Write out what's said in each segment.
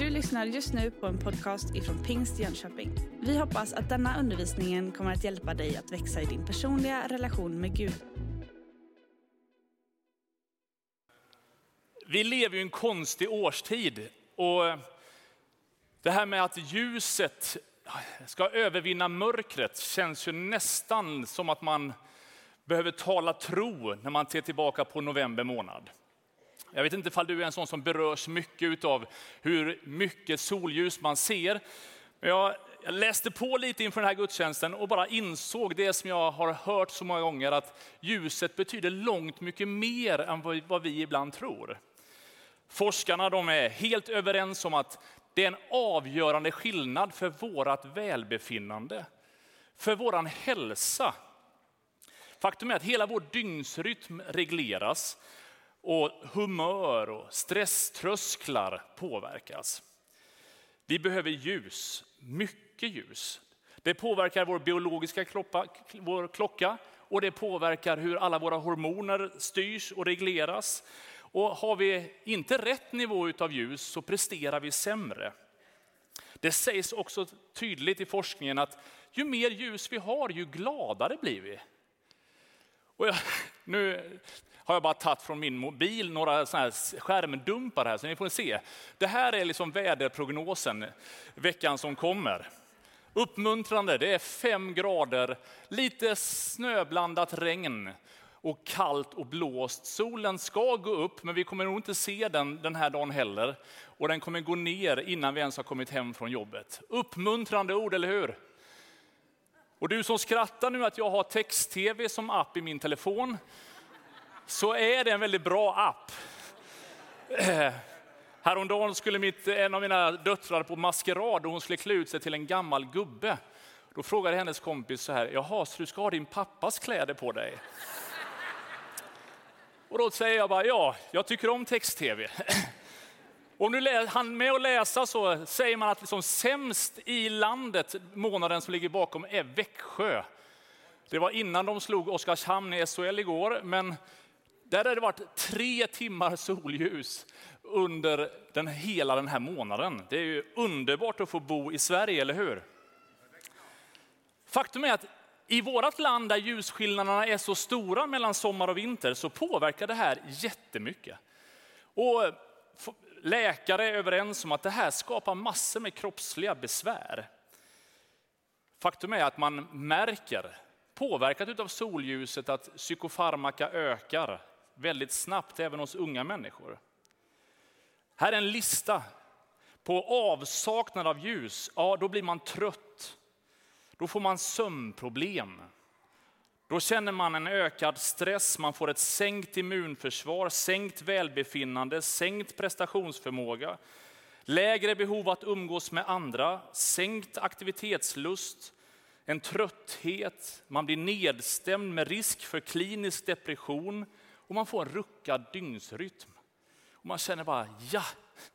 Du lyssnar just nu på en podcast ifrån Pingst Jönköping. Vi hoppas att denna undervisning kommer att hjälpa dig att växa i din personliga relation med Gud. Vi lever ju en konstig årstid och det här med att ljuset ska övervinna mörkret känns ju nästan som att man behöver tala tro när man ser tillbaka på november månad. Jag vet inte ifall du är en sån som berörs mycket av hur mycket solljus man ser. Men jag läste på lite inför den här gudstjänsten och bara insåg det som jag har hört så många gånger, att ljuset betyder långt mycket mer än vad vi ibland tror. Forskarna de är helt överens om att det är en avgörande skillnad för vårt välbefinnande, för våran hälsa. Faktum är att hela vår dygnsrytm regleras och humör och stresströsklar påverkas. Vi behöver ljus, mycket ljus. Det påverkar vår biologiska klocka och det påverkar hur alla våra hormoner styrs och regleras. Och har vi inte rätt nivå av ljus så presterar vi sämre. Det sägs också tydligt i forskningen att ju mer ljus vi har, ju gladare blir vi. Och nu har jag bara tagit från min mobil några såna här skärmdumpar här så ni får se. Det här är liksom väderprognosen veckan som kommer. Uppmuntrande, det är 5 grader, lite snöblandat regn och kallt och blåst. Solen ska gå upp men vi kommer nog inte se den här dagen heller. Och den kommer gå ner innan vi ens har kommit hem från jobbet. Uppmuntrande ord, eller hur? Och du som skrattar nu att jag har text-tv som app i min telefon, så är det en väldigt bra app. Häromdagen skulle en av mina döttrar på maskerad och hon skulle klä ut sig till en gammal gubbe. Då frågade hennes kompis så här: jaha, så du ska ha din pappas kläder på dig? Och då säger jag bara, ja, jag tycker om text-tv. Om du hann med att läsa så säger man att liksom sämst i landet månaden som ligger bakom är Växjö. Det var innan de slog Oskarshamn i SHL igår, men där hade det varit 3 timmar solljus under hela den här månaden. Det är ju underbart att få bo i Sverige, eller hur? Faktum är att i vårt land där ljusskillnaderna är så stora mellan sommar och vinter så påverkar det här jättemycket. Och läkare är överens om att det här skapar massor med kroppsliga besvär. Faktum är att man märker, påverkat av solljuset, att psykofarmaka ökar väldigt snabbt även hos unga människor. Här är en lista på avsaknad av ljus. Ja, då blir man trött. Då får man sömnproblem. Då känner man en ökad stress, man får ett sänkt immunförsvar, sänkt välbefinnande, sänkt prestationsförmåga, lägre behov att umgås med andra, sänkt aktivitetslust, en trötthet, man blir nedstämd med risk för klinisk depression och man får en ruckad dygnsrytm. Och man känner bara, ja.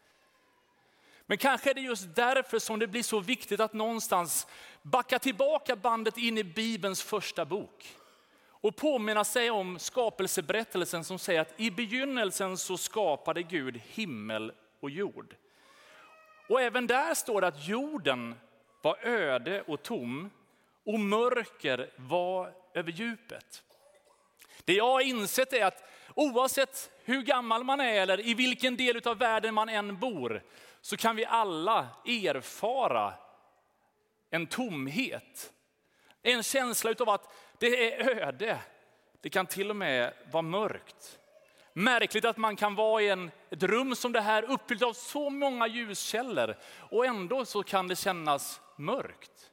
Men kanske är det just därför som det blir så viktigt att någonstans backa tillbaka bandet in i Bibelns första bok. Och påminna sig om skapelseberättelsen som säger att i begynnelsen så skapade Gud himmel och jord. Och även där står det att jorden var öde och tom och mörker var över djupet. Det jag har insett är att oavsett hur gammal man är eller i vilken del av världen man än bor, så kan vi alla erfara en tomhet. En känsla av att det är öde. Det kan till och med vara mörkt. Märkligt att man kan vara i ett rum som det här uppfyllt av så många ljuskällor och ändå så kan det kännas mörkt.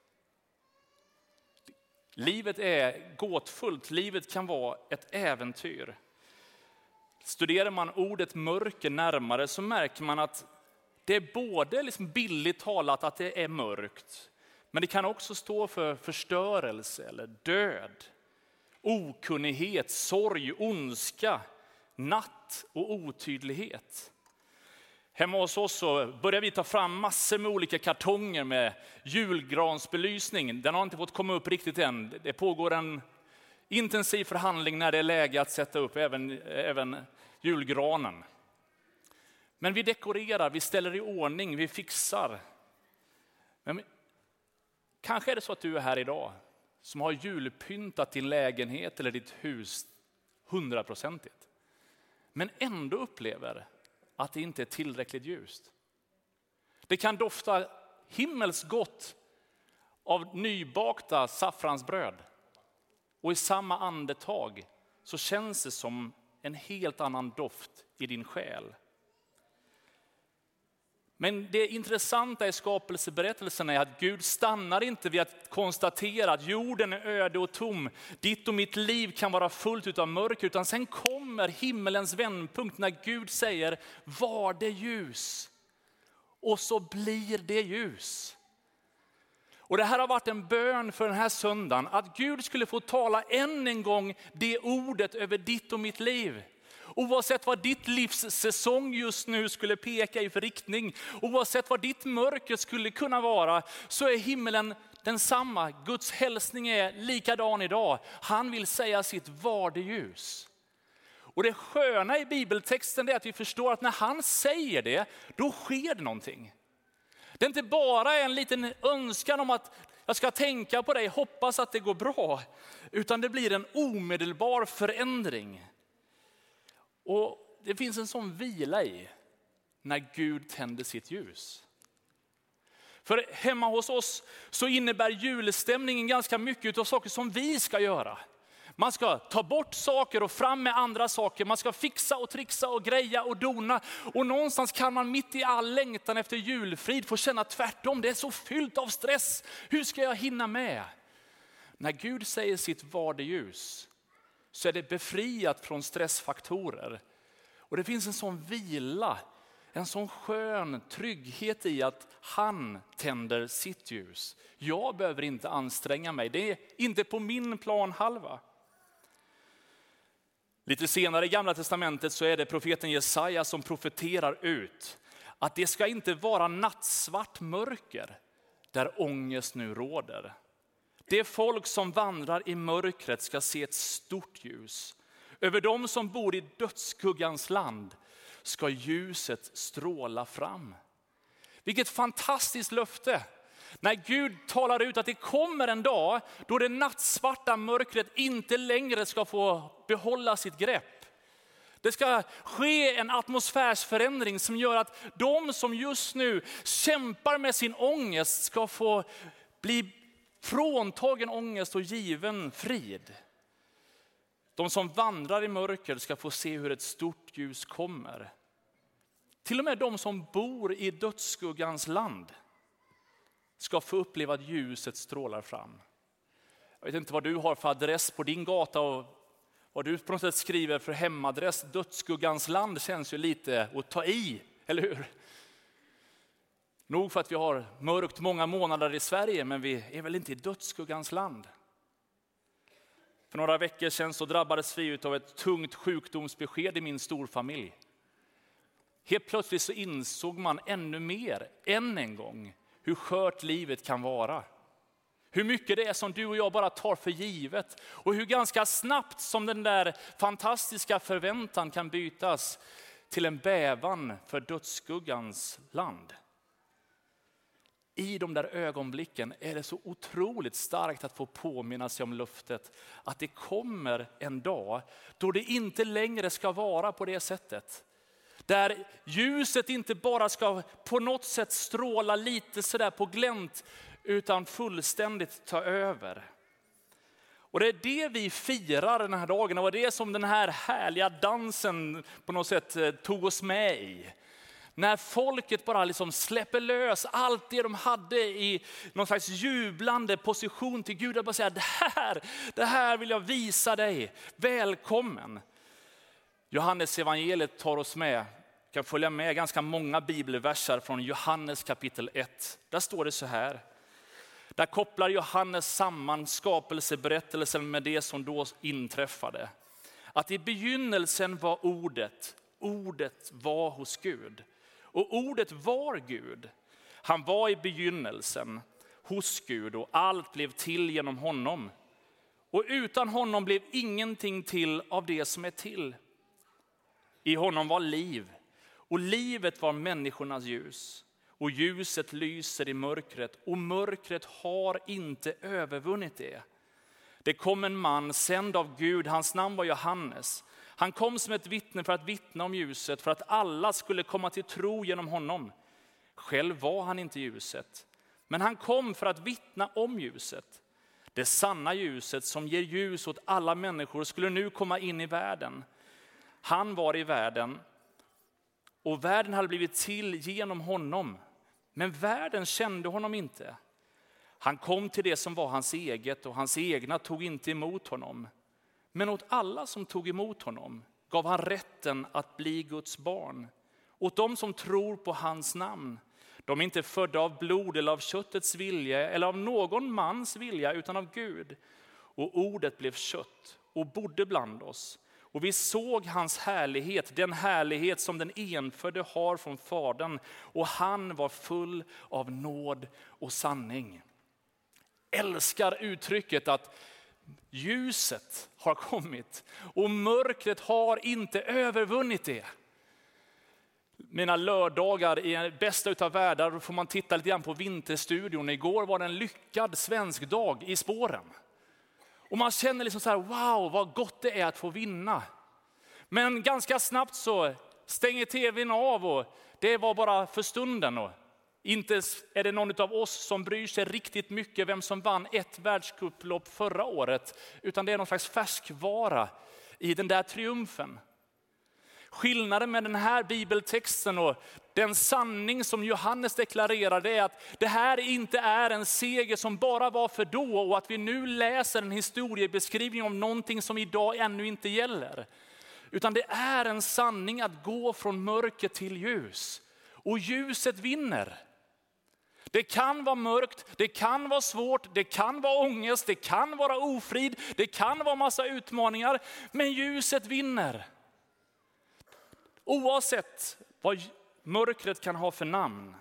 Livet är gåtfullt. Livet kan vara ett äventyr. Studerar man ordet mörker närmare så märker man att det är både liksom billigt talat att det är mörkt, men det kan också stå för förstörelse eller död, okunnighet, sorg, ondska, natt och otydlighet. Hemma hos oss så börjar vi ta fram massor med olika kartonger med julgransbelysning. Den har inte fått komma upp riktigt än. Det pågår en intensiv förhandling när det är läge att sätta upp även julgranen. Men vi dekorerar, vi ställer i ordning, vi fixar. Men kanske är det så att du är här idag som har julpyntat din lägenhet eller ditt hus 100%. Men ändå upplever att det inte är tillräckligt ljust. Det kan dofta himmelsgott av nybakta saffransbröd. Och i samma andetag så känns det som en helt annan doft i din själ. Men det intressanta i skapelseberättelsen är att Gud stannar inte vid att konstatera att jorden är öde och tom. Ditt och mitt liv kan vara fullt av mörker. Utan sen kommer himmelens vändpunkt när Gud säger, var det ljus? Och så blir det ljus. Och det här har varit en bön för den här söndagen. Att Gud skulle få tala än en gång det ordet över ditt och mitt liv. Oavsett vad ditt livs säsong just nu skulle peka i för riktning. Oavsett vad ditt mörker skulle kunna vara. Så är himmelen densamma. Guds hälsning är likadan idag. Han vill säga sitt var det ljus. Och det sköna i bibeltexten är att vi förstår att när han säger det, då sker det någonting. Det är inte bara en liten önskan om att jag ska tänka på dig, hoppas att det går bra. Utan det blir en omedelbar förändring. Och det finns en sån vila i när Gud tänder sitt ljus. För hemma hos oss så innebär julstämningen ganska mycket av saker som vi ska göra. Man ska ta bort saker och fram med andra saker. Man ska fixa och trixa och greja och dona. Och någonstans kan man mitt i all längtan efter julfrid få känna tvärtom. Det är så fyllt av stress. Hur ska jag hinna med? När Gud säger sitt var det ljus så är det befriat från stressfaktorer. Och det finns en sån vila, en sån skön trygghet i att han tänder sitt ljus. Jag behöver inte anstränga mig. Det är inte på min plan halva. Lite senare i Gamla testamentet så är det profeten Jesaja som profeterar ut att det ska inte vara nattsvart mörker där ångest nu råder. Det folk som vandrar i mörkret ska se ett stort ljus. Över dem som bor i dödsskuggans land ska ljuset stråla fram. Vilket fantastiskt löfte. När Gud talar ut att det kommer en dag då det nattsvarta mörkret inte längre ska få behålla sitt grepp. Det ska ske en atmosfärsförändring som gör att de som just nu kämpar med sin ångest ska få bli fråntagen ångest och given frid. De som vandrar i mörker ska få se hur ett stort ljus kommer. Till och med de som bor i dödsskuggans land ska få uppleva att ljuset strålar fram. Jag vet inte vad du har för adress på din gata och vad du på något sätt skriver för hemadress. Dödsskuggans land känns ju lite att ta i, eller hur? Nog för att vi har mörkt många månader i Sverige, men vi är väl inte i dödsskuggans land. För några veckor sedan så drabbades vi av ett tungt sjukdomsbesked i min storfamilj. Helt plötsligt så insåg man ännu mer, än en gång, hur skört livet kan vara. Hur mycket det är som du och jag bara tar för givet. Och hur ganska snabbt som den där fantastiska förväntan kan bytas till en bävan för dödsskuggans land. I de där ögonblicken är det så otroligt starkt att få påminna sig om löftet att det kommer en dag då det inte längre ska vara på det sättet. Där ljuset inte bara ska på något sätt stråla lite sådär på glänt utan fullständigt ta över. Och det är det vi firar den här dagen och det är som den här härliga dansen på något sätt tog oss med i. När folket bara liksom släpper lös allt det de hade i någon slags jublande position till Gud. Och bara säga, det här vill jag visa dig. Välkommen. Johannes evangeliet tar oss med. Vi kan följa med ganska många bibelverser från Johannes kapitel 1. Där står det så här. Där kopplar Johannes samman skapelseberättelsen med det som då inträffade. Att i begynnelsen var ordet. Ordet var hos Gud. Och ordet var Gud. Han var i begynnelsen hos Gud och allt blev till genom honom. Och utan honom blev ingenting till av det som är till. I honom var liv. Och livet var människornas ljus. Och ljuset lyser i mörkret. Och mörkret har inte övervunnit det. Det kom en man sänd av Gud. Hans namn var Johannes. Han kom som ett vittne för att vittna om ljuset. För att alla skulle komma till tro genom honom. Själv var han inte ljuset. Men han kom för att vittna om ljuset. Det sanna ljuset som ger ljus åt alla människor skulle nu komma in i världen. Han var i världen. Och världen hade blivit till genom honom. Men världen kände honom inte. Han kom till det som var hans eget och hans egna tog inte emot honom. Men åt alla som tog emot honom gav han rätten att bli Guds barn. Åt de som tror på hans namn. De är inte födda av blod eller av köttets vilja eller av någon mans vilja utan av Gud. Och ordet blev kött och bodde bland oss. Och vi såg hans härlighet, den härlighet som den enfödde har från Fadern. Och han var full av nåd och sanning. Älskar uttrycket att ljuset har kommit och mörkret har inte övervunnit det. Mina lördagar i bästa utav världar, då får man titta lite grann på Vinterstudion. Igår var det en lyckad svensk dag i spåren. Och man känner liksom så här, wow vad gott det är att få vinna. Men ganska snabbt så stänger tvn av och det var bara för stunden. Och inte är det någon av oss som bryr sig riktigt mycket vem som vann ett världscuplopp förra året. Utan det är någon slags färskvara i den där triumfen. Skillnaden med den här bibeltexten och den sanning som Johannes deklarerar är att det här inte är en seger som bara var för då och att vi nu läser en historiebeskrivning om någonting som idag ännu inte gäller. Utan det är en sanning att gå från mörker till ljus. Och ljuset vinner. Det kan vara mörkt, det kan vara svårt, det kan vara ångest, det kan vara ofrid, det kan vara massa utmaningar. Men ljuset vinner. Oavsett vad mörkret kan ha för namn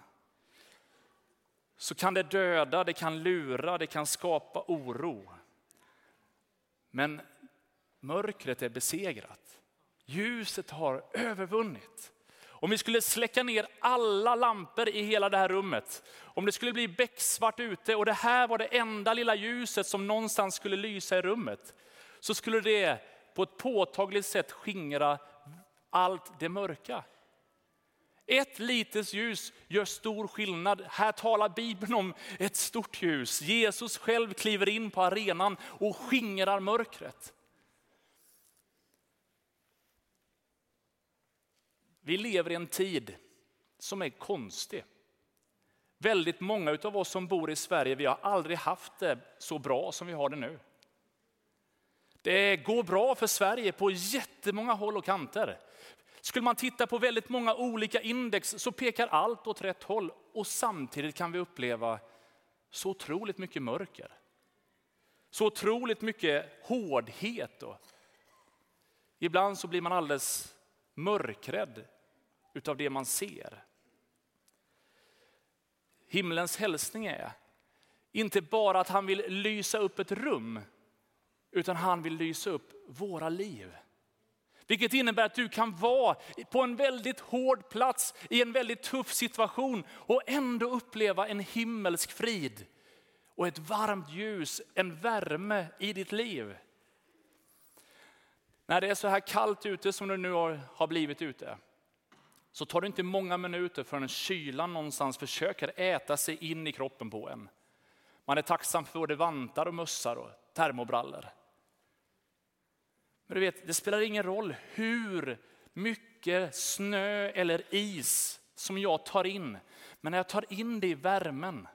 så kan det döda, det kan lura, det kan skapa oro. Men mörkret är besegrat. Ljuset har övervunnit. Om vi skulle släcka ner alla lampor i hela det här rummet, om det skulle bli becksvart ute och det här var det enda lilla ljuset som någonstans skulle lysa i rummet, så skulle det på ett påtagligt sätt skingra allt det mörka. Ett litet ljus gör stor skillnad. Här talar Bibeln om ett stort ljus. Jesus själv kliver in på arenan och skingrar mörkret. Vi lever i en tid som är konstig. Väldigt många av oss som bor i Sverige, vi har aldrig haft det så bra som vi har det nu. Det går bra för Sverige på jättemånga håll och kanter. Skulle man titta på väldigt många olika index så pekar allt åt rätt håll. Och samtidigt kan vi uppleva så otroligt mycket mörker. Så otroligt mycket hårdhet. Ibland så blir man alldeles mörkrädd utav det man ser. Himlens hälsning är inte bara att han vill lysa upp ett rum, utan han vill lysa upp våra liv. Vilket innebär att du kan vara på en väldigt hård plats i en väldigt tuff situation och ändå uppleva en himmelsk frid och ett varmt ljus, en värme i ditt liv. När det är så här kallt ute som det nu har blivit ute, så tar det inte många minuter förrän kylan någonstans försöker äta sig in i kroppen på en. Man är tacksam för både vantar och mössar och termobrallor. Men du vet, det spelar ingen roll hur mycket snö eller is som jag tar in. Men när jag tar in det i värmen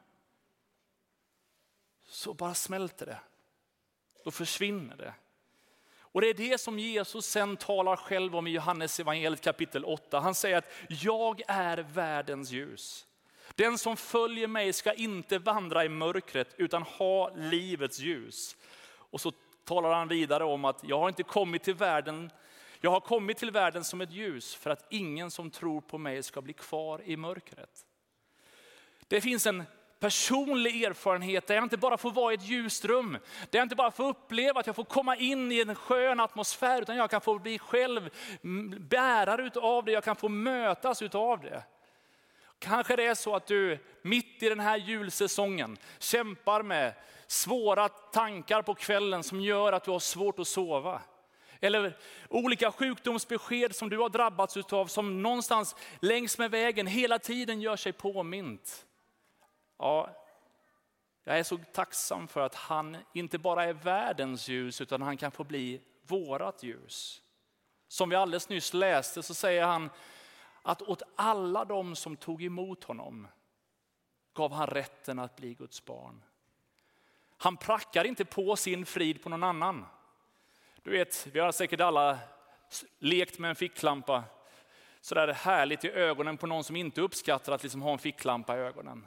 så bara smälter det. Då försvinner det. Och det är det som Jesus sen talar själv om i Johannes evangeliet kapitel 8. Han säger att jag är världens ljus. Den som följer mig ska inte vandra i mörkret utan ha livets ljus. Och så talar han vidare om att jag har kommit till världen som ett ljus för att ingen som tror på mig ska bli kvar i mörkret. Det finns en personlig erfarenhet där jag inte bara får vara i ett ljust rum. Där jag inte bara får uppleva att jag får komma in i en skön atmosfär, utan jag kan få bli själv bärare utav det. Jag kan få mötas utav det. Kanske det är så att du mitt i den här julsäsongen kämpar med svåra tankar på kvällen som gör att du har svårt att sova. Eller olika sjukdomsbesked som du har drabbats utav som någonstans längs med vägen hela tiden gör sig påmint. Ja, jag är så tacksam för att han inte bara är världens ljus utan han kan få bli vårat ljus. Som vi alldeles nyss läste så säger han att åt alla de som tog emot honom gav han rätten att bli Guds barn. Han prackar inte på sin frid på någon annan. Du vet, vi har säkert alla lekt med en ficklampa. Så där är härligt i ögonen på någon som inte uppskattar att liksom ha en ficklampa i ögonen.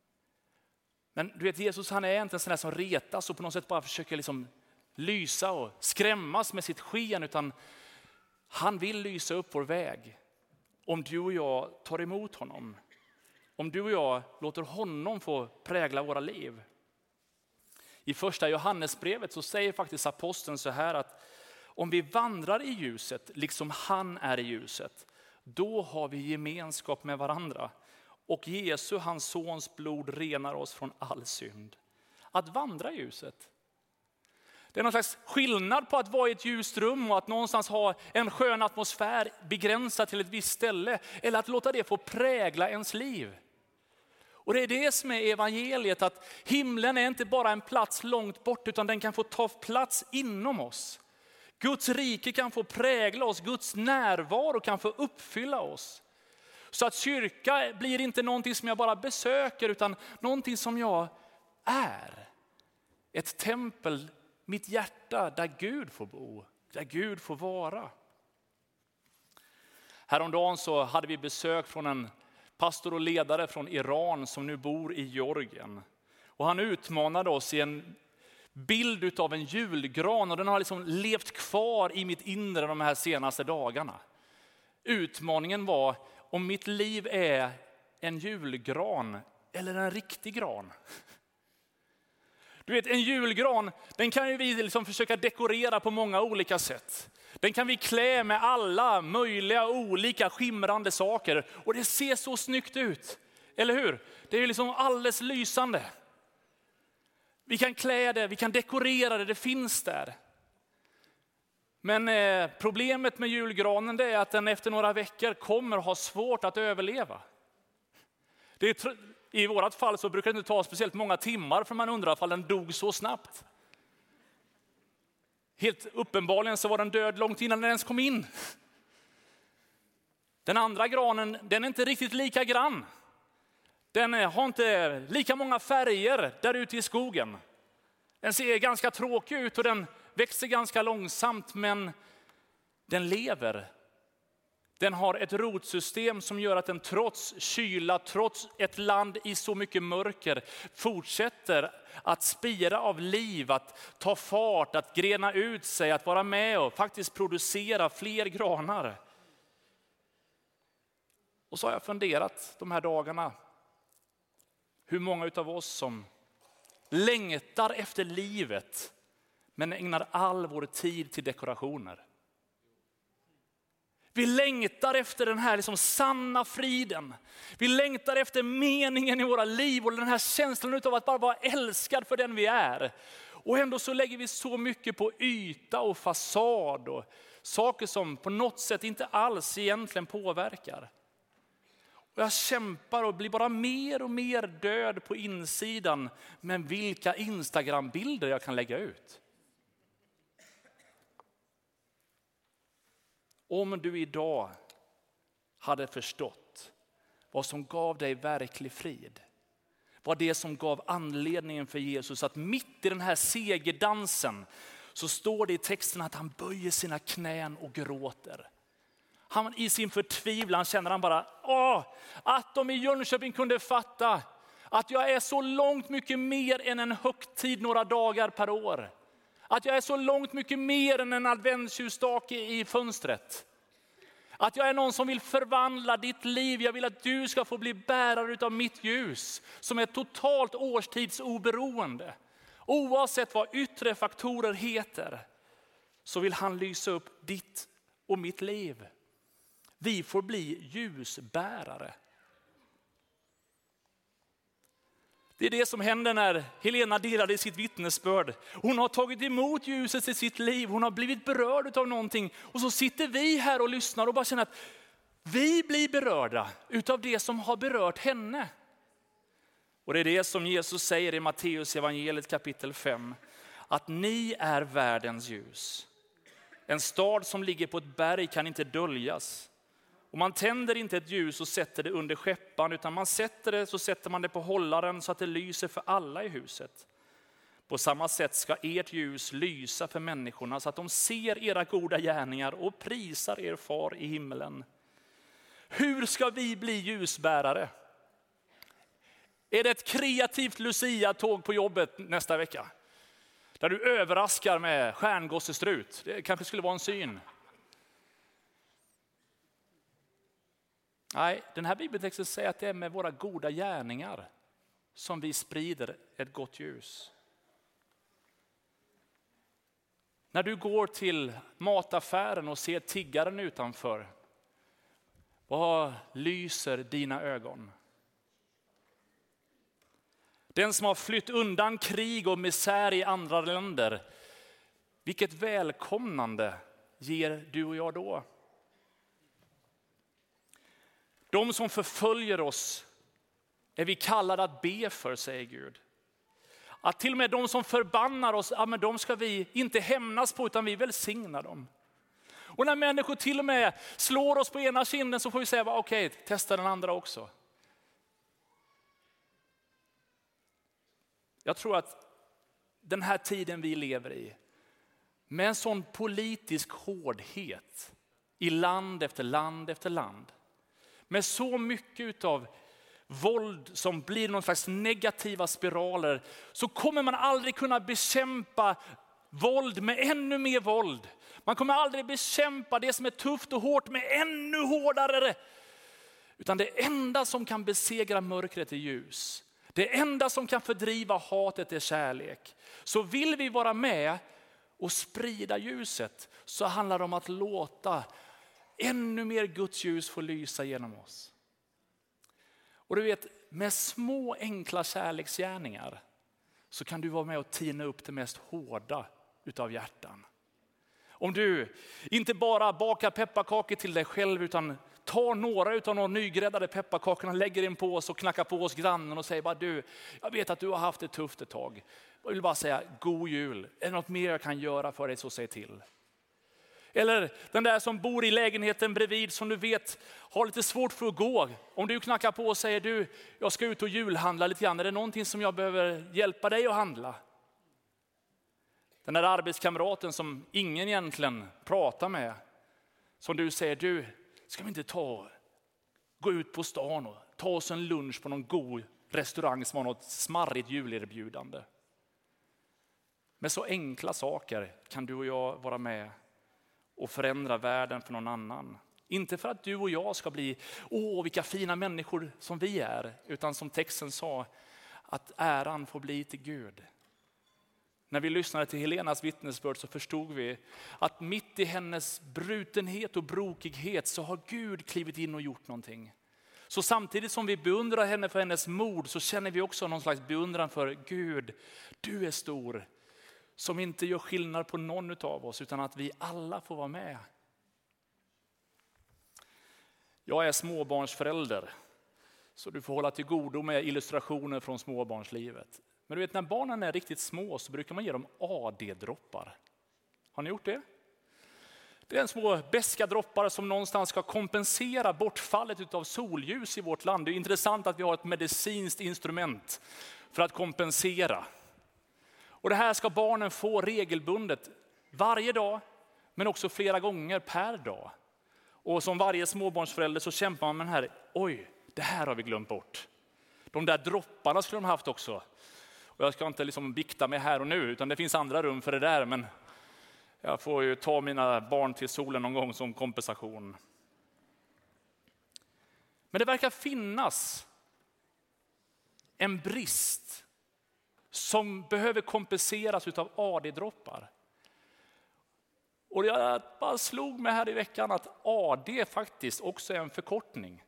Men du vet, Jesus han är inte en sån där som retas och på något sätt bara försöker liksom lysa och skrämmas med sitt sken. Utan han vill lysa upp vår väg. Om du och jag tar emot honom. Om du och jag låter honom få prägla våra liv. I första Johannesbrevet så säger faktiskt aposteln så här att om vi vandrar i ljuset liksom han är i ljuset, då har vi gemenskap med varandra. Och Jesu, hans sons blod, renar oss från all synd. Att vandra i ljuset. Det är någon slags skillnad på att vara i ett ljust rum och att någonstans ha en skön atmosfär begränsad till ett visst ställe. Eller att låta det få prägla ens liv. Och det är det som är evangeliet, att himlen är inte bara en plats långt bort utan den kan få ta plats inom oss. Guds rike kan få prägla oss, Guds närvaro kan få uppfylla oss. Så att kyrka blir inte någonting som jag bara besöker utan någonting som jag är. Ett tempel, mitt hjärta där Gud får bo, där Gud får vara. Häromdagen så hade vi besök från en pastor och ledare från Iran som nu bor i Georgien. Och han utmanade oss i en bild av en julgran och den har liksom levt kvar i mitt inre de här senaste dagarna. Utmaningen var om mitt liv är en julgran eller en riktig gran. Du vet, en julgran, den kan ju vi liksom försöka dekorera på många olika sätt. Den kan vi klä med alla möjliga olika skimrande saker. Och det ser så snyggt ut. Eller hur? Det är ju liksom alldeles lysande. Vi kan klä det, vi kan dekorera det, det finns där. Men problemet med julgranen det är att den efter några veckor kommer ha svårt att överleva. I vårat fall så brukar det inte ta speciellt många timmar för man undrar om den dog så snabbt. Helt uppenbarligen så var den död långt innan den ens kom in. Den andra granen, den är inte riktigt lika grann. Den har inte lika många färger där ute i skogen. Den ser ganska tråkig ut och den växer ganska långsamt, men den lever. Den har ett rotsystem som gör att den trots kyla, trots ett land i så mycket mörker fortsätter att spira av liv, att ta fart, att grena ut sig, att vara med och faktiskt producera fler granar. Och så har jag funderat de här dagarna hur många av oss som längtar efter livet men ägnar all vår tid till dekorationer. Vi längtar efter den här liksom sanna friden. Vi längtar efter meningen i våra liv och den här känslan av att bara vara älskad för den vi är. Och ändå så lägger vi så mycket på yta och fasad och saker som på något sätt inte alls egentligen påverkar. Och jag kämpar och blir bara mer och mer död på insidan. Men vilka Instagram-bilder jag kan lägga ut. Om du idag hade förstått vad som gav dig verklig frid. Vad det som gav anledningen för Jesus att mitt i den här segerdansen så står det i texten att han böjer sina knän och gråter. Han i sin förtvivlan känner han bara, att de i Jönköping kunde fatta att jag är så långt mycket mer än en högtid några dagar per år. Att jag är så långt mycket mer än en adventsljusstake i fönstret. Att jag är någon som vill förvandla ditt liv. Jag vill att du ska få bli bärare av mitt ljus som är totalt årstidsoberoende. Oavsett vad yttre faktorer heter så vill han lysa upp ditt och mitt liv. Vi får bli ljusbärare. Det är det som händer när Helena delade sitt vittnesbörd. Hon har tagit emot ljuset i sitt liv. Hon har blivit berörd av någonting. Och så sitter vi här och lyssnar och bara känner att vi blir berörda utav det som har berört henne. Och det är det som Jesus säger i Matteus evangeliet kapitel 5. Att ni är världens ljus. En stad som ligger på ett berg kan inte döljas. Och man tänder inte ett ljus och sätter det under skeppan, utan man sätter man det på hållaren så att det lyser för alla i huset. På samma sätt ska ert ljus lysa för människorna så att de ser era goda gärningar och prisar er far i himlen. Hur ska vi bli ljusbärare? Är det ett kreativt Lucia-tåg på jobbet nästa vecka? Där du överraskar med stjärngossestrut. Det kanske skulle vara en syn. Nej, den här bibeltexten säger att det är med våra goda gärningar som vi sprider ett gott ljus. När du går till mataffären och ser tiggaren utanför, vad lyser dina ögon? Den som har flytt undan krig och misär i andra länder, vilket välkomnande ger du och jag då? De som förföljer oss är vi kallade att be för, säger Gud. Att till och med de som förbannar oss, ja, men de ska vi inte hämnas på utan vi välsignar dem. Och när människor till och med slår oss på ena kinden så får vi säga okej, testa den andra också. Jag tror att den här tiden vi lever i, med en sån politisk hårdhet i land efter land efter land, med så mycket av våld som blir någon slags negativa spiraler, så kommer man aldrig kunna bekämpa våld med ännu mer våld. Man kommer aldrig bekämpa det som är tufft och hårt med ännu hårdare. Utan det enda som kan besegra mörkret är ljus. Det enda som kan fördriva hatet är kärlek. Så vill vi vara med och sprida ljuset, så handlar det om att låta ännu mer Guds ljus få lysa genom oss. Och du vet, med små enkla kärleksgärningar så kan du vara med och tina upp det mest hårda utav hjärtan. Om du inte bara bakar pepparkakor till dig själv utan tar några utav de nygräddade pepparkakorna, lägger in på oss och knackar på oss grannen och säger bara du, jag vet att du har haft det tufft ett tag. Jag vill bara säga god jul. Är det något mer jag kan göra för dig så säg till. Eller den där som bor i lägenheten bredvid som du vet har lite svårt för att gå. Om du knackar på och säger du, jag ska ut och julhandla lite grann. Är det någonting som jag behöver hjälpa dig att handla? Den där arbetskamraten som ingen egentligen pratar med. Som du säger, du ska vi inte gå ut på stan och ta oss en lunch på någon god restaurang som har något smarrigt julerbjudande. Med så enkla saker kan du och jag vara med och förändra världen för någon annan. Inte för att du och jag ska bli, vilka fina människor som vi är. Utan som texten sa, att äran får bli till Gud. När vi lyssnade till Helenas vittnesbörd så förstod vi att mitt i hennes brutenhet och brokighet så har Gud klivit in och gjort någonting. Så samtidigt som vi beundrar henne för hennes mod så känner vi också någon slags beundran för Gud. Du är stor. Som inte gör skillnad på någon av oss utan att vi alla får vara med. Jag är småbarnsförälder. Så du får hålla till godo med illustrationer från småbarnslivet. Men du vet, när barnen är riktigt små så brukar man ge dem AD-droppar. Har ni gjort det? Det är en små beska droppar som någonstans ska kompensera bortfallet av solljus i vårt land. Det är intressant att vi har ett medicinskt instrument för att kompensera. Och det här ska barnen få regelbundet varje dag, men också flera gånger per dag. Och som varje småbarnsförälder så kämpar man med den här, det här har vi glömt bort. De där dropparna skulle de haft också. Och jag ska inte bikta mig här och nu, utan det finns andra rum för det där. Men jag får ju ta mina barn till solen någon gång som kompensation. Men det verkar finnas en brist som behöver kompenseras utav AD-droppar. Och jag bara slog mig här i veckan att AD faktiskt också är en förkortning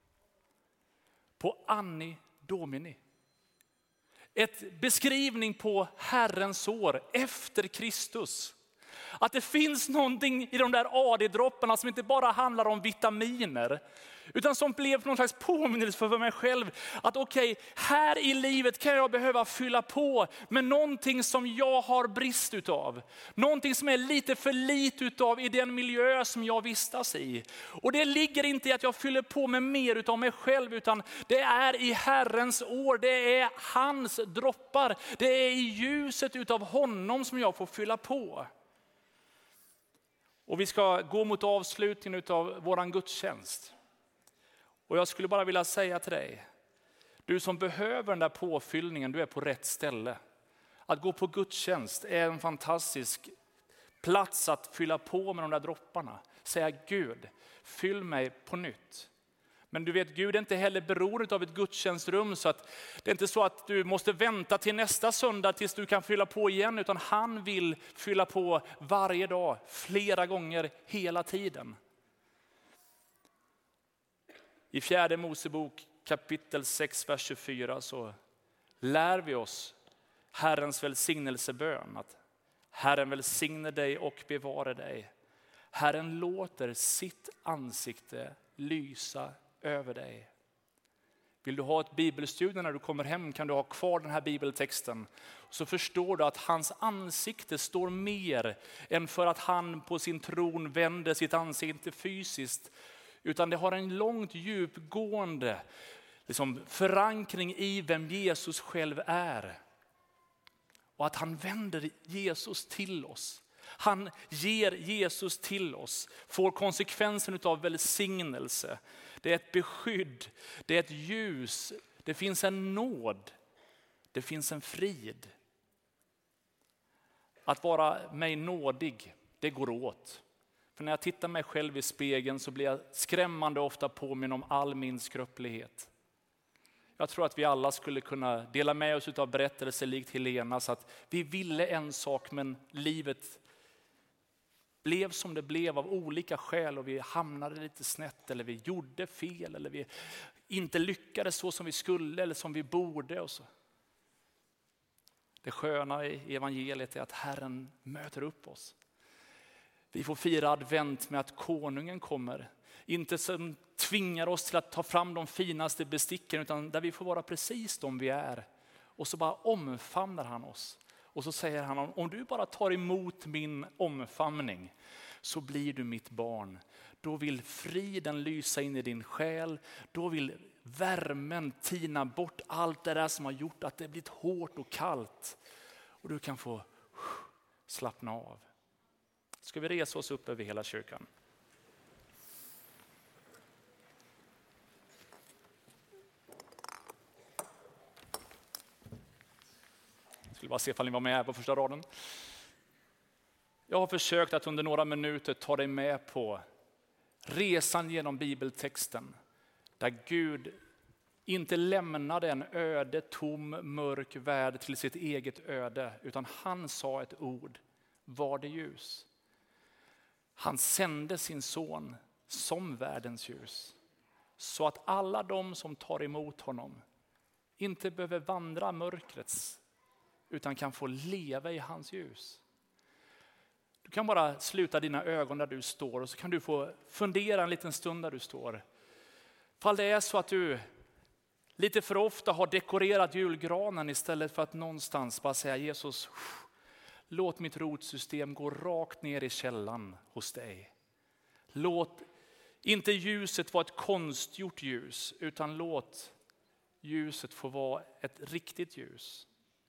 på Anni Domini. Ett beskrivning på Herrens år efter Kristus. Att det finns någonting i de där AD-dropparna som inte bara handlar om vitaminer, utan som blev någon slags påminnelse för mig själv. Att okej, här i livet kan jag behöva fylla på med någonting som jag har brist utav. Någonting som är lite för lite utav i den miljö som jag vistas i. Och det ligger inte i att jag fyller på med mer utav mig själv, utan det är i Herrens år. Det är hans droppar. Det är i ljuset utav honom som jag får fylla på. Och vi ska gå mot avslutningen av våran gudstjänst. Och jag skulle bara vilja säga till dig, du som behöver den där påfyllningen, du är på rätt ställe. Att gå på gudstjänst är en fantastisk plats att fylla på med de där dropparna. Säga Gud, fyll mig på nytt. Men du vet, Gud är inte heller beroende av ett gudstjänstrum, så att det är inte så att du måste vänta till nästa söndag tills du kan fylla på igen, utan han vill fylla på varje dag, flera gånger, hela tiden. I 4 Mosebok kapitel 6, vers 24 så lär vi oss Herrens välsignelsebön. Att Herren välsigne dig och bevare dig. Herren låter sitt ansikte lysa över dig. Vill du ha ett bibelstudie när du kommer hem, kan du ha kvar den här bibeltexten. Så förstår du att hans ansikte står mer än för att han på sin tron vänder sitt ansikte fysiskt. Utan det har en långt djupgående förankring i vem Jesus själv är. Och att han vänder Jesus till oss. Han ger Jesus till oss. Får konsekvensen av välsignelse. Det är ett beskydd. Det är ett ljus. Det finns en nåd. Det finns en frid. Att vara mig nådig, det går åt. För när jag tittar mig själv i spegeln så blir jag skrämmande ofta påminn om all min skröplighet. Jag tror att vi alla skulle kunna dela med oss av berättelser likt Helena, så att vi ville en sak men livet blev som det blev av olika skäl och vi hamnade lite snett eller vi gjorde fel eller vi inte lyckades så som vi skulle eller som vi borde. Och så. Det sköna i evangeliet är att Herren möter upp oss. Vi får fira advent med att konungen kommer. Inte som tvingar oss till att ta fram de finaste besticken, utan där vi får vara precis de vi är. Och så bara omfamnar han oss. Och så säger han, om du bara tar emot min omfamning så blir du mitt barn. Då vill friden lysa in i din själ. Då vill värmen tina bort allt det där som har gjort att det blivit hårt och kallt. Och du kan få slappna av. Ska vi resa oss upp över hela kyrkan? Jag skulle bara se ifall ni var med här på första raden. Jag har försökt att under några minuter ta dig med på resan genom bibeltexten. Där Gud inte lämnade en öde, tom, mörk värld till sitt eget öde. Utan han sa ett ord, var det ljus. Han sände sin son som världens ljus. Så att alla de som tar emot honom inte behöver vandra mörkrets, utan kan få leva i hans ljus. Du kan bara sluta dina ögon där du står och så kan du få fundera en liten stund där du står. Fall det är så att du lite för ofta har dekorerat julgranen istället för att någonstans bara säga Jesus, låt mitt rotsystem gå rakt ner i källan hos dig. Låt inte ljuset vara ett konstgjort ljus, utan låt ljuset få vara ett riktigt ljus.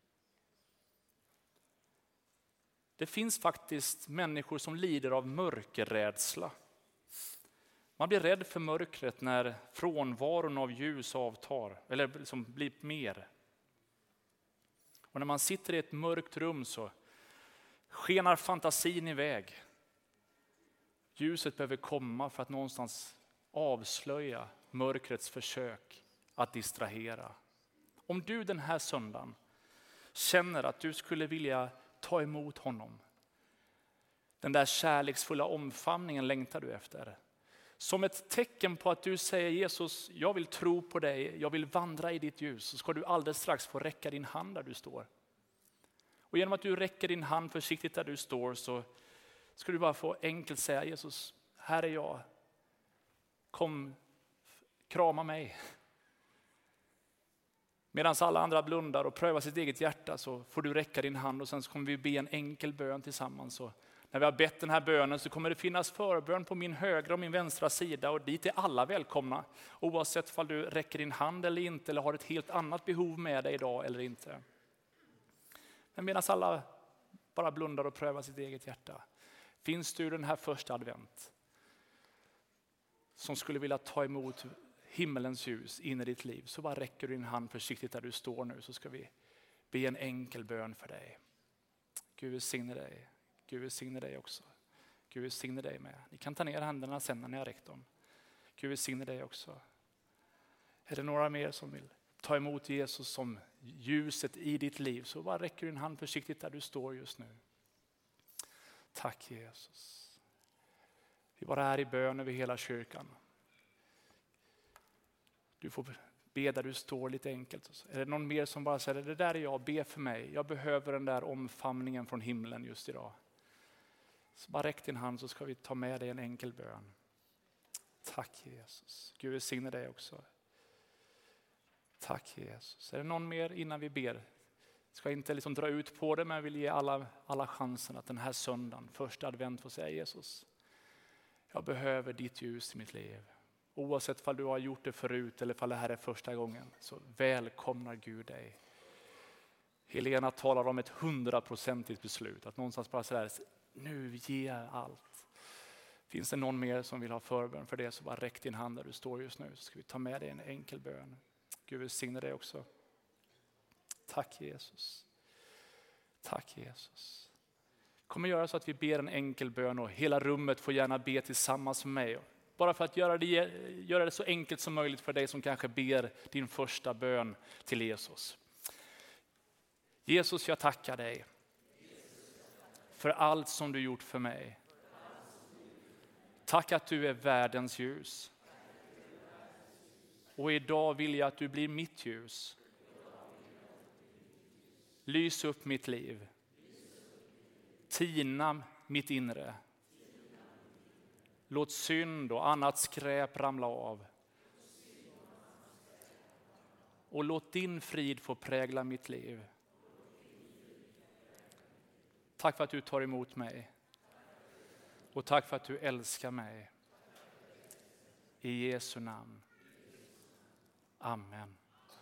Det finns faktiskt människor som lider av mörkerrädsla. Man blir rädd för mörkret när frånvaron av ljus avtar eller liksom blir mer. Och när man sitter i ett mörkt rum så skenar fantasin iväg. Ljuset behöver komma för att någonstans avslöja mörkrets försök att distrahera. Om du den här söndagen känner att du skulle vilja ta emot honom, den där kärleksfulla omfamningen längtar du efter. Som ett tecken på att du säger Jesus, jag vill tro på dig, jag vill vandra i ditt ljus, så ska du alldeles strax få räcka din hand där du står. Och genom att du räcker din hand försiktigt där du står så ska du bara få enkelt säga Jesus, här är jag. Kom, krama mig. Medan alla andra blundar och prövar sitt eget hjärta så får du räcka din hand och sen så kommer vi be en enkel bön tillsammans. Och när vi har bett den här bönen så kommer det finnas förbön på min högra och min vänstra sida och dit är alla välkomna. Oavsett om du räcker din hand eller inte eller har ett helt annat behov med dig idag eller inte. Men medan alla bara blundar och prövar sitt eget hjärta. Finns du den här första advent som skulle vilja ta emot himmelens ljus in i ditt liv, så bara räcker du din hand försiktigt där du står nu, så ska vi be en enkel bön för dig. Gud välsigne dig. Gud välsigne dig också. Gud välsigne dig med. Ni kan ta ner händerna sen när ni har räckt dem. Gud välsigne dig också. Är det några mer som vill ta emot Jesus som ljuset i ditt liv, så bara räcker din hand försiktigt där du står just nu. Tack Jesus. Vi bara är i bön över hela kyrkan. Du får be där du står lite enkelt. Är det någon mer som bara säger, det där är jag, be för mig. Jag behöver den där omfamningen från himlen just idag. Så bara räck din hand så ska vi ta med dig en enkel bön. Tack Jesus. Gud välsigne dig också. Tack Jesus. Är det någon mer innan vi ber? Ska inte liksom dra ut på det, men jag vill ge alla chansen att den här söndagen, första advent, får säga Jesus, jag behöver ditt ljus i mitt liv. Oavsett om du har gjort det förut eller om det här är första gången, så välkomnar Gud dig. Helena talar om ett 100% beslut. Att någonstans bara säga, nu ger jag allt. Finns det någon mer som vill ha förbön för det, så bara räck din hand där du står just nu. Så ska vi ta med dig en enkel bön. Gud välsigne dig också. Tack Jesus. Tack Jesus. Kommer göra så att vi ber en enkel bön och hela rummet får gärna be tillsammans med mig. Bara för att göra det så enkelt som möjligt för dig som kanske ber din första bön till Jesus. Jesus, jag tackar dig för allt som du gjort för mig. Tack att du är världens ljus. Och idag vill jag att du blir mitt ljus. Lys upp mitt liv. Tina mitt inre. Låt synd och annat skräp ramla av. Och låt din frid få prägla mitt liv. Tack för att du tar emot mig. Och tack för att du älskar mig. I Jesu namn. Amen.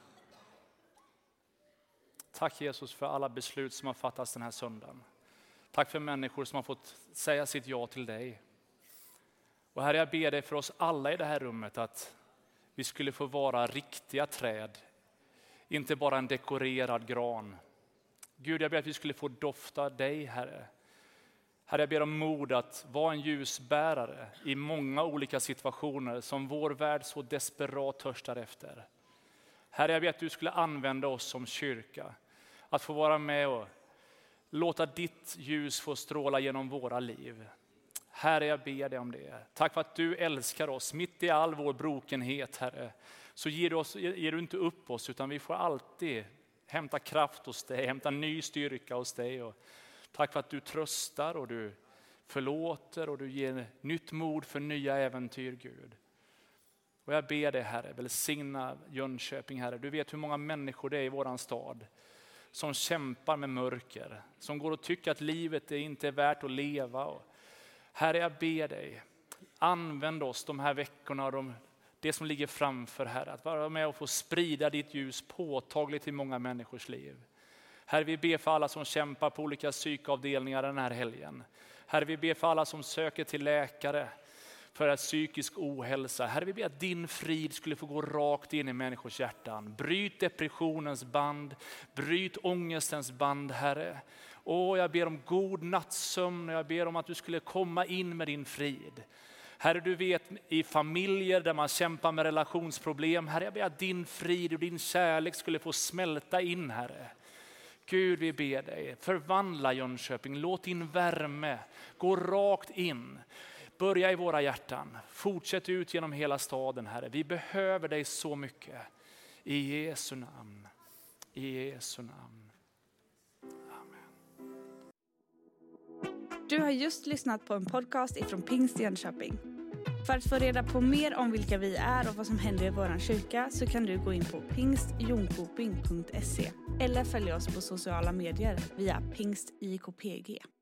Tack Jesus för alla beslut som har fattats den här söndagen. Tack för människor som har fått säga sitt ja till dig. Och Herre, jag ber dig för oss alla i det här rummet att vi skulle få vara riktiga träd. Inte bara en dekorerad gran. Gud, jag ber att vi skulle få dofta dig, Herre. Herre, jag ber om mod att vara en ljusbärare i många olika situationer som vår värld så desperat törstar efter. Herre, jag ber att du skulle använda oss som kyrka. Att få vara med och låta ditt ljus få stråla genom våra liv. Herre, jag ber dig om det. Tack för att du älskar oss mitt i all vår brokenhet, Herre. Så ger du inte upp oss, utan vi får alltid hämta kraft hos dig, hämta ny styrka hos dig. Och tack för att du tröstar och du förlåter och du ger nytt mod för nya äventyr, Gud. Och jag ber dig, Herre, välsigna Jönköping, Herre. Du vet hur många människor det är i våran stad som kämpar med mörker, som går och tycker att livet inte är värt att leva. Och Herre, jag ber dig, använd oss de här veckorna och det som ligger framför, Herre, att vara med och få sprida ditt ljus påtagligt i många människors liv. Herre, vi ber för alla som kämpar på olika psykavdelningar den här helgen. Herre, vi ber för alla som söker till läkare för psykisk ohälsa. Herre, vi ber att din frid skulle få gå rakt in i människors hjärtan. Bryt depressionens band, bryt ångestens band, Herre. Och jag ber om god nattsömn och jag ber om att du skulle komma in med din frid. Herre, du vet i familjer där man kämpar med relationsproblem. Herre, jag ber att din frid och din kärlek skulle få smälta in, Herre. Gud, vi ber dig, förvandla Jönköping. Låt din värme gå rakt in. Börja i våra hjärtan. Fortsätt ut genom hela staden, Herre. Vi behöver dig så mycket. I Jesu namn. I Jesu namn. Amen. Du har just lyssnat på en podcast ifrån Pingst Jönköping. För att få reda på mer om vilka vi är och vad som händer i vår kyrka så kan du gå in på pingstjonkoping.se eller följa oss på sociala medier via pingstjkpg.